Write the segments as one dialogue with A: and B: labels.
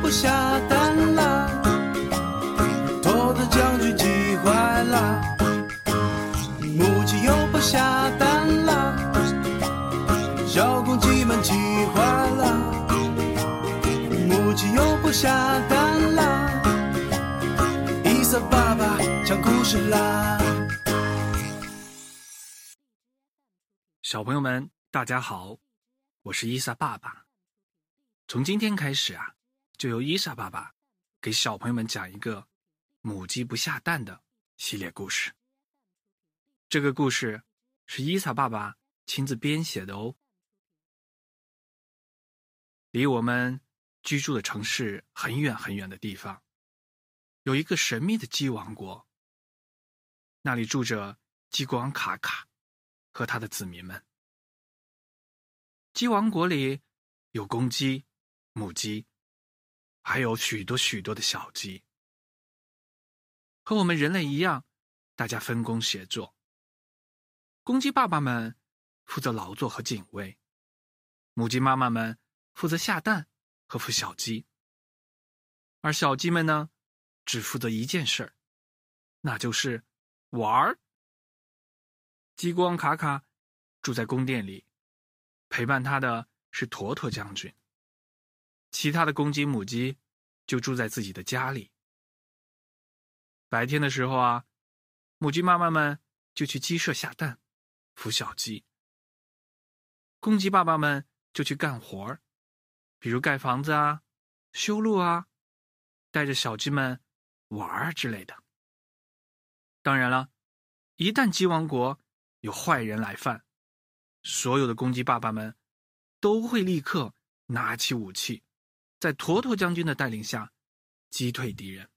A: 不下蛋啦，头的将军急坏了，母鸡又不下蛋啦，小公鸡们急坏了，母鸡又不下蛋啦，伊萨爸爸讲故事啦。
B: 小朋友们大家好，我是伊萨爸爸。从今天开始啊，就由伊萨爸爸给小朋友们讲一个母鸡不下蛋的系列故事。这个故事是伊萨爸爸亲自编写的哦。离我们居住的城市很远很远的地方，有一个神秘的鸡王国，那里住着鸡国王卡卡和他的子民们。鸡王国里有公鸡、母鸡，还有许多许多的小鸡。和我们人类一样，大家分工协作。公鸡爸爸们负责劳作和警卫，母鸡妈妈们负责下蛋和孵小鸡，而小鸡们呢，只负责一件事儿，那就是玩儿。鸡国王卡卡住在宫殿里，陪伴他的是坨坨将军。其他的公鸡母鸡就住在自己的家里。白天的时候啊，母鸡妈妈们就去鸡舍下蛋孵小鸡，公鸡爸爸们就去干活儿，比如盖房子啊、修路啊，带着小鸡们玩儿之类的。当然了，一旦鸡王国有坏人来犯，所有的公鸡爸爸们都会立刻拿起武器，在坨坨将军的带领下击退敌人。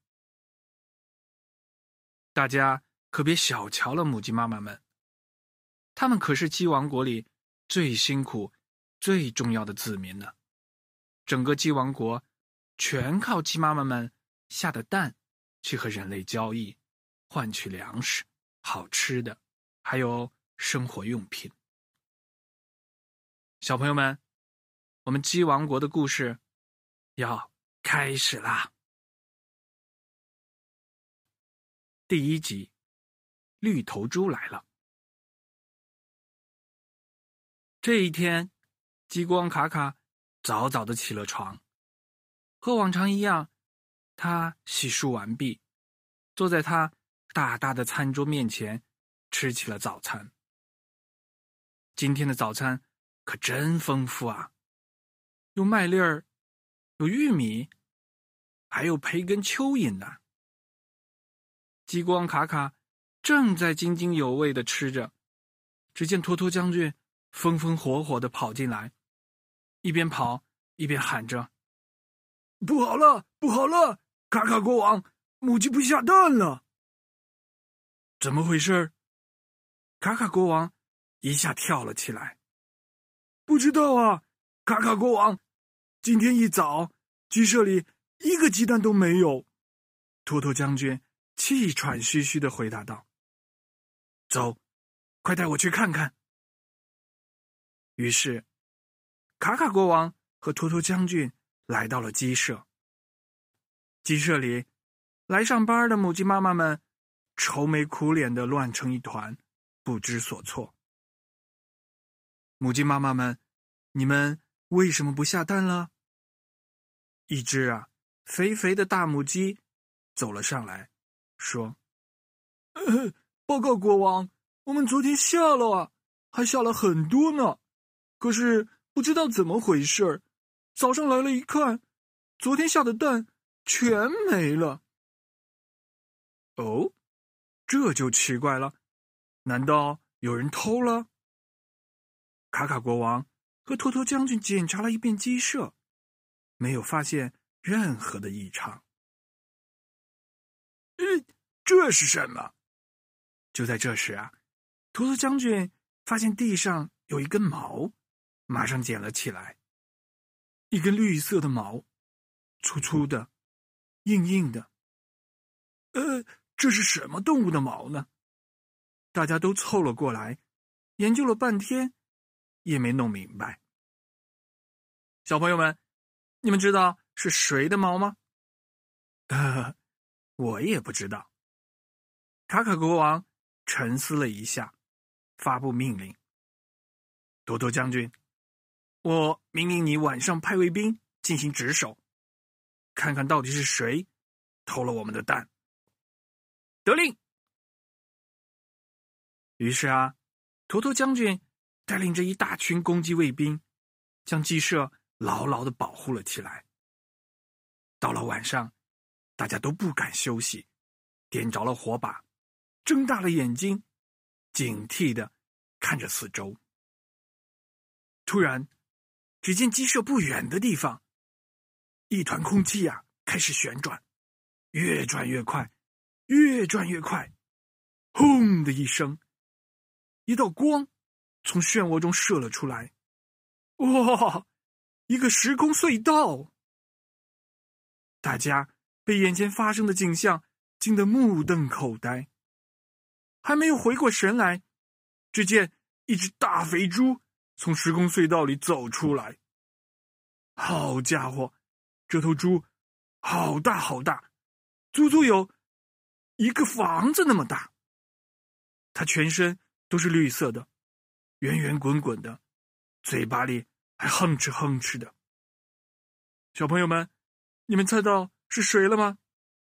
B: 大家可别小瞧了母鸡妈妈们，他们可是鸡王国里最辛苦、最重要的子民呢。整个鸡王国全靠鸡妈妈们下的蛋去和人类交易，换取粮食、好吃的，还有生活用品。小朋友们，我们鸡王国的故事要开始啦！第一集，绿头猪来了。这一天，鸡国王卡卡早早的起了床，和往常一样，他洗漱完毕，坐在他大大的餐桌面前，吃起了早餐。今天的早餐可真丰富啊，有麦粒儿，有玉米，还有培根蚯蚓呢。鸡国王卡卡正在津津有味地吃着，只见坨坨将军风风火火地跑进来，一边跑一边喊着：“不好了，不好了！卡卡国王，母鸡不下蛋了！”怎么回事？卡卡国王一下跳了起来。不知道啊，卡卡国王，今天一早鸡舍里一个鸡蛋都没有。坨坨将军气喘吁吁地回答道：“走，快带我去看看。”于是，卡卡国王和坨坨将军来到了鸡舍。鸡舍里，来上班的母鸡妈妈们愁眉苦脸地乱成一团，不知所措。母鸡妈妈们，你们为什么不下蛋了？一只肥肥的大母鸡走了上来，说：“报告国王，我们昨天下了啊，还下了很多呢。可是不知道怎么回事，早上来了一看，昨天下的蛋全没了。”哦，这就奇怪了，难道有人偷了？卡卡国王和坨坨将军检查了一遍鸡舍，没有发现任何的异常。这是什么？就在这时坨坨将军发现地上有一根毛，马上捡了起来。一根绿色的毛，粗粗的，硬硬的。这是什么动物的毛呢？大家都凑了过来，研究了半天，也没弄明白。小朋友们，你们知道是谁的猫吗？我也不知道。卡卡国王沉思了一下，发布命令：多多将军，我命令你晚上派卫兵进行值守，看看到底是谁偷了我们的蛋。得令。于是坨坨将军带领着一大群攻击卫兵，将鸡舍牢牢地保护了起来。到了晚上，大家都不敢休息，点着了火把，睁大了眼睛，警惕地看着四周。突然，只见鸡舍不远的地方，一团空气开始旋转，越转越快，越转越快。轰的一声，一道光从漩涡中射了出来。哇，一个时空隧道！大家被眼前发生的景象惊得目瞪口呆，还没有回过神来，只见一只大肥猪从时空隧道里走出来。好家伙，这头猪好大好大，足足有一个房子那么大。它全身都是绿色的，圆圆滚滚的，嘴巴里还哼哧哼哧的。小朋友们，你们猜到是谁了吗？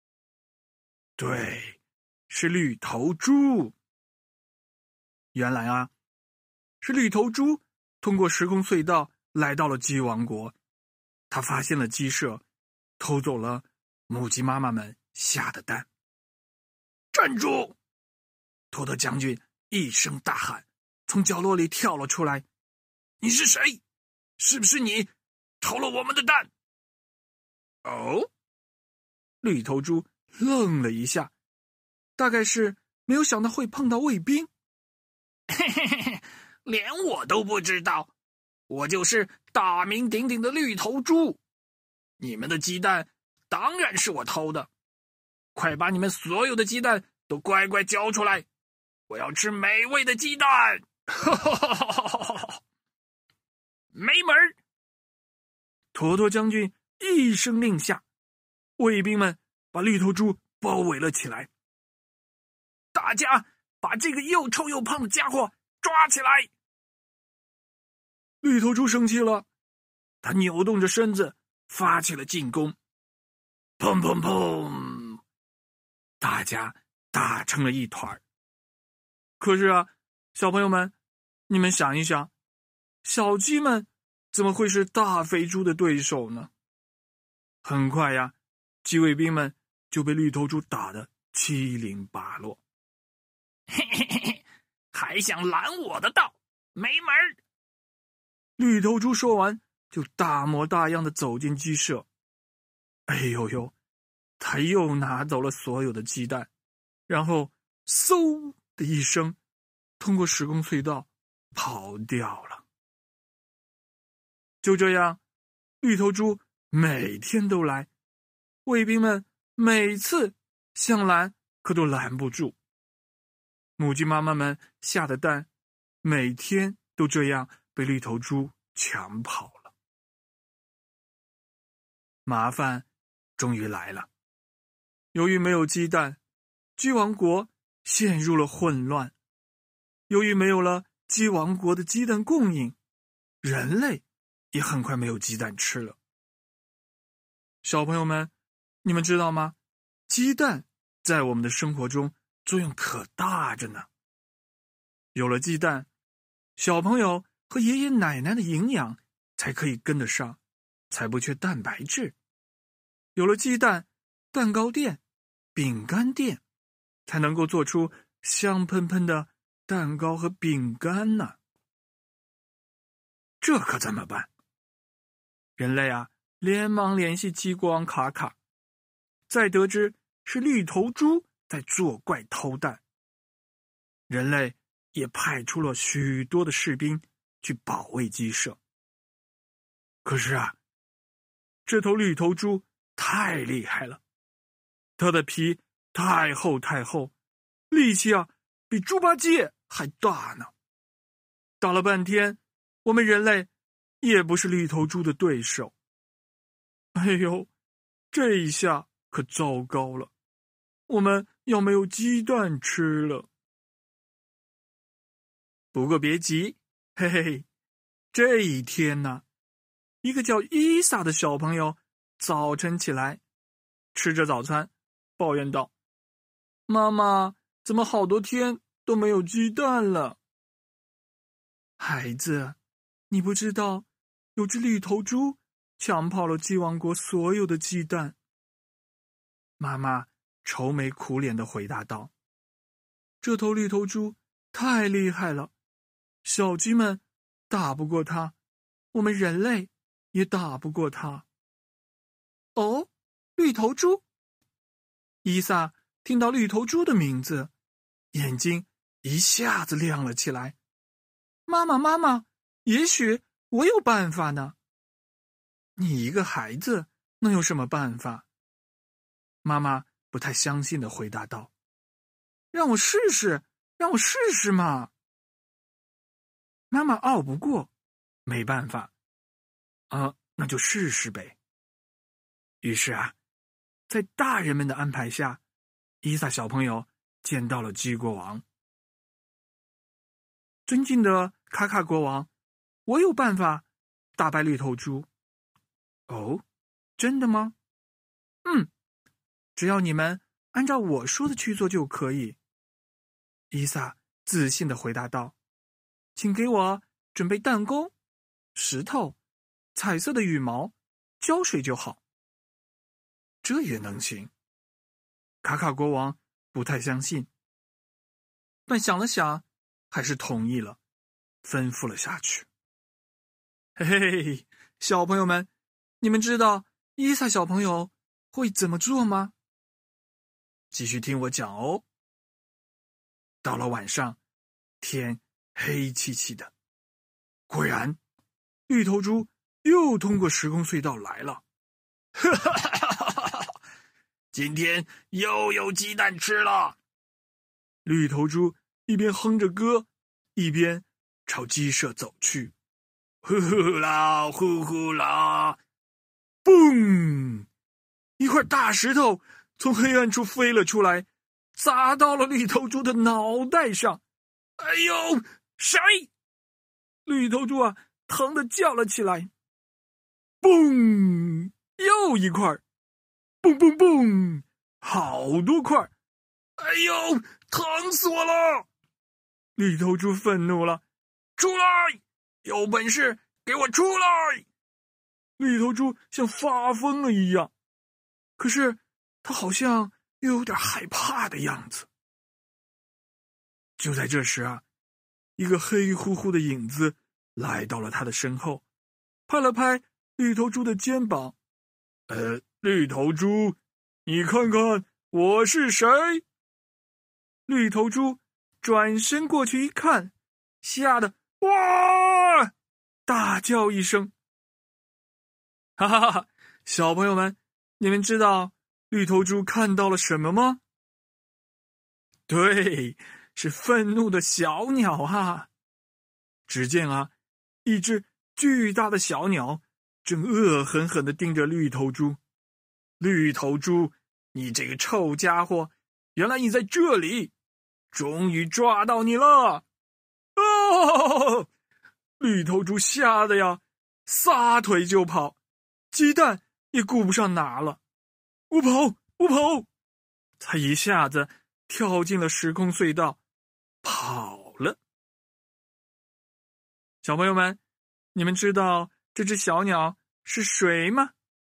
B: 对，是绿头猪。原来是绿头猪通过时空隧道来到了鸡王国，他发现了鸡舍，偷走了母鸡妈妈们下的蛋。站住！托特将军一声大喊，从角落里跳了出来。你是谁？是不是你偷了我们的蛋？哦，绿头猪愣了一下，大概是没有想到会碰到卫兵。嘿嘿嘿，连我都不知道，我就是大名鼎鼎的绿头猪。你们的鸡蛋当然是我偷的，快把你们所有的鸡蛋都乖乖交出来，我要吃美味的鸡蛋。没门儿！坨坨将军一声令下，卫兵们把绿头猪包围了起来。大家把这个又臭又胖的家伙抓起来！绿头猪生气了，他扭动着身子发起了进攻。砰砰砰！大家打成了一团。可是小朋友们，你们想一想，小鸡们怎么会是大肥猪的对手呢？很快鸡卫兵们就被绿头猪打得七零八落。嘿嘿嘿，还想拦我的道，没门儿！绿头猪说完，就大模大样的走进鸡舍。哎呦呦，他又拿走了所有的鸡蛋，然后嗖的一声，通过时空隧道跑掉了。就这样，绿头猪每天都来，卫兵们每次想拦可都拦不住。母鸡妈妈们下的蛋每天都这样被绿头猪抢跑了。麻烦终于来了，由于没有鸡蛋，鸡王国陷入了混乱。由于没有了鸡王国的鸡蛋供应，人类也很快没有鸡蛋吃了。小朋友们，你们知道吗？鸡蛋在我们的生活中作用可大着呢。有了鸡蛋，小朋友和爷爷奶奶的营养才可以跟得上，才不缺蛋白质。有了鸡蛋，蛋糕店、饼干店才能够做出香喷喷的蛋糕和饼干呢。这可怎么办？人类连忙联系鸡国王卡卡，再得知是绿头猪在作怪偷蛋，人类也派出了许多的士兵去保卫鸡舍。可是这头绿头猪太厉害了，它的皮太厚太厚，力气比猪八戒还大呢。打了半天，我们人类也不是绿头猪的对手。哎哎呦，这一下可糟糕了，我们要没有鸡蛋吃了。不过别急，嘿嘿，这一天呢，一个叫伊萨的小朋友早晨起来，吃着早餐，抱怨道：“妈妈，怎么好多天都没有鸡蛋了？”孩子，你不知道，有只绿头猪抢跑了鸡王国所有的鸡蛋。妈妈愁眉苦脸地回答道：“这头绿头猪太厉害了，小鸡们打不过它，我们人类也打不过它。”哦，绿头猪！伊萨听到绿头猪的名字，眼睛一下子亮了起来。妈妈，妈妈，也许我有办法呢。你一个孩子能有什么办法？妈妈不太相信地回答道：“让我试试，让我试试嘛。”妈妈拗不过，没办法，那就试试呗。于是啊，在大人们的安排下，伊萨小朋友见到了鸡国王。尊敬的卡卡国王，我有办法打败绿头猪。哦，真的吗？只要你们按照我说的去做就可以。伊萨自信地回答道：“请给我准备弹弓、石头、彩色的羽毛、胶水就好。”这也能行？卡卡国王不太相信，但想了想，还是同意了，吩咐了下去。嘿嘿，小朋友们，你们知道伊萨小朋友会怎么做吗？继续听我讲哦。到了晚上，天黑漆漆的，果然，绿头猪又通过时空隧道来了。哈哈哈哈哈！今天又有鸡蛋吃了。绿头猪一边哼着歌，一边朝鸡舍走去。呼呼啦，呼呼啦！嘣！一块大石头从黑暗处飞了出来，砸到了绿头猪的脑袋上。哎呦，谁？绿头猪啊，疼得叫了起来。嘣！又一块，嘣嘣嘣，好多块！哎呦，疼死我了！绿头猪愤怒了，出来！有本事给我出来！绿头猪像发疯了一样，可是他好像又有点害怕的样子。就在这时啊，一个黑乎乎的影子来到了他的身后，拍了拍绿头猪的肩膀。绿头猪，你看看我是谁？绿头猪转身过去一看，吓得哇！大叫一声。哈哈哈！小朋友们，你们知道绿头猪看到了什么吗？对，是愤怒的小鸟啊！只见啊，一只巨大的小鸟正恶狠狠地盯着绿头猪。绿头猪，你这个臭家伙，原来你在这里！终于抓到你了！哦！绿头猪吓得呀，撒腿就跑，鸡蛋也顾不上拿了。我跑！他一下子跳进了时空隧道，跑了。小朋友们，你们知道这只小鸟是谁吗？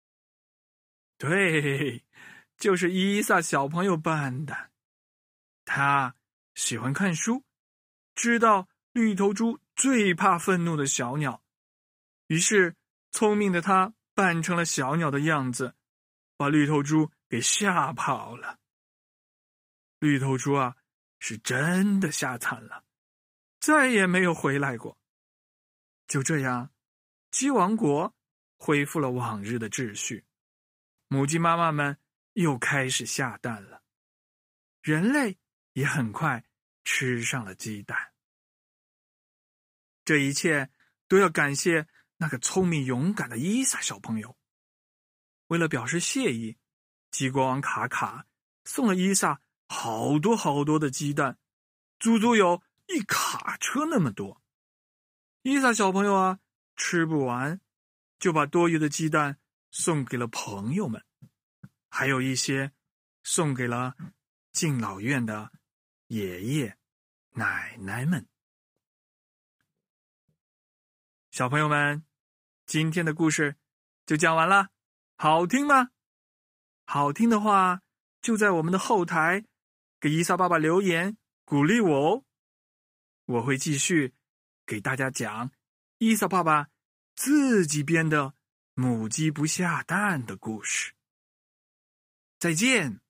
B: 对，就是伊萨小朋友扮的。他喜欢看书，知道绿头猪最怕愤怒的小鸟，于是聪明的他扮成了小鸟的样子，把绿头猪给吓跑了。绿头猪啊，是真的吓惨了，再也没有回来过。就这样，鸡王国恢复了往日的秩序，母鸡妈妈们又开始下蛋了，人类也很快吃上了鸡蛋。这一切都要感谢那个聪明勇敢的伊萨小朋友。 为了表示谢意，鸡国王卡卡送了伊萨好多好多的鸡蛋，足足有1卡车那么多。伊萨小朋友啊，吃不完，就把多余的鸡蛋送给了朋友们，还有一些送给了敬老院的爷爷奶奶们。小朋友们，今天的故事就讲完了，好听吗？好听的话，就在我们的后台给伊萨爸爸留言鼓励我哦。我会继续给大家讲伊萨爸爸自己编的母鸡不下蛋的故事。再见。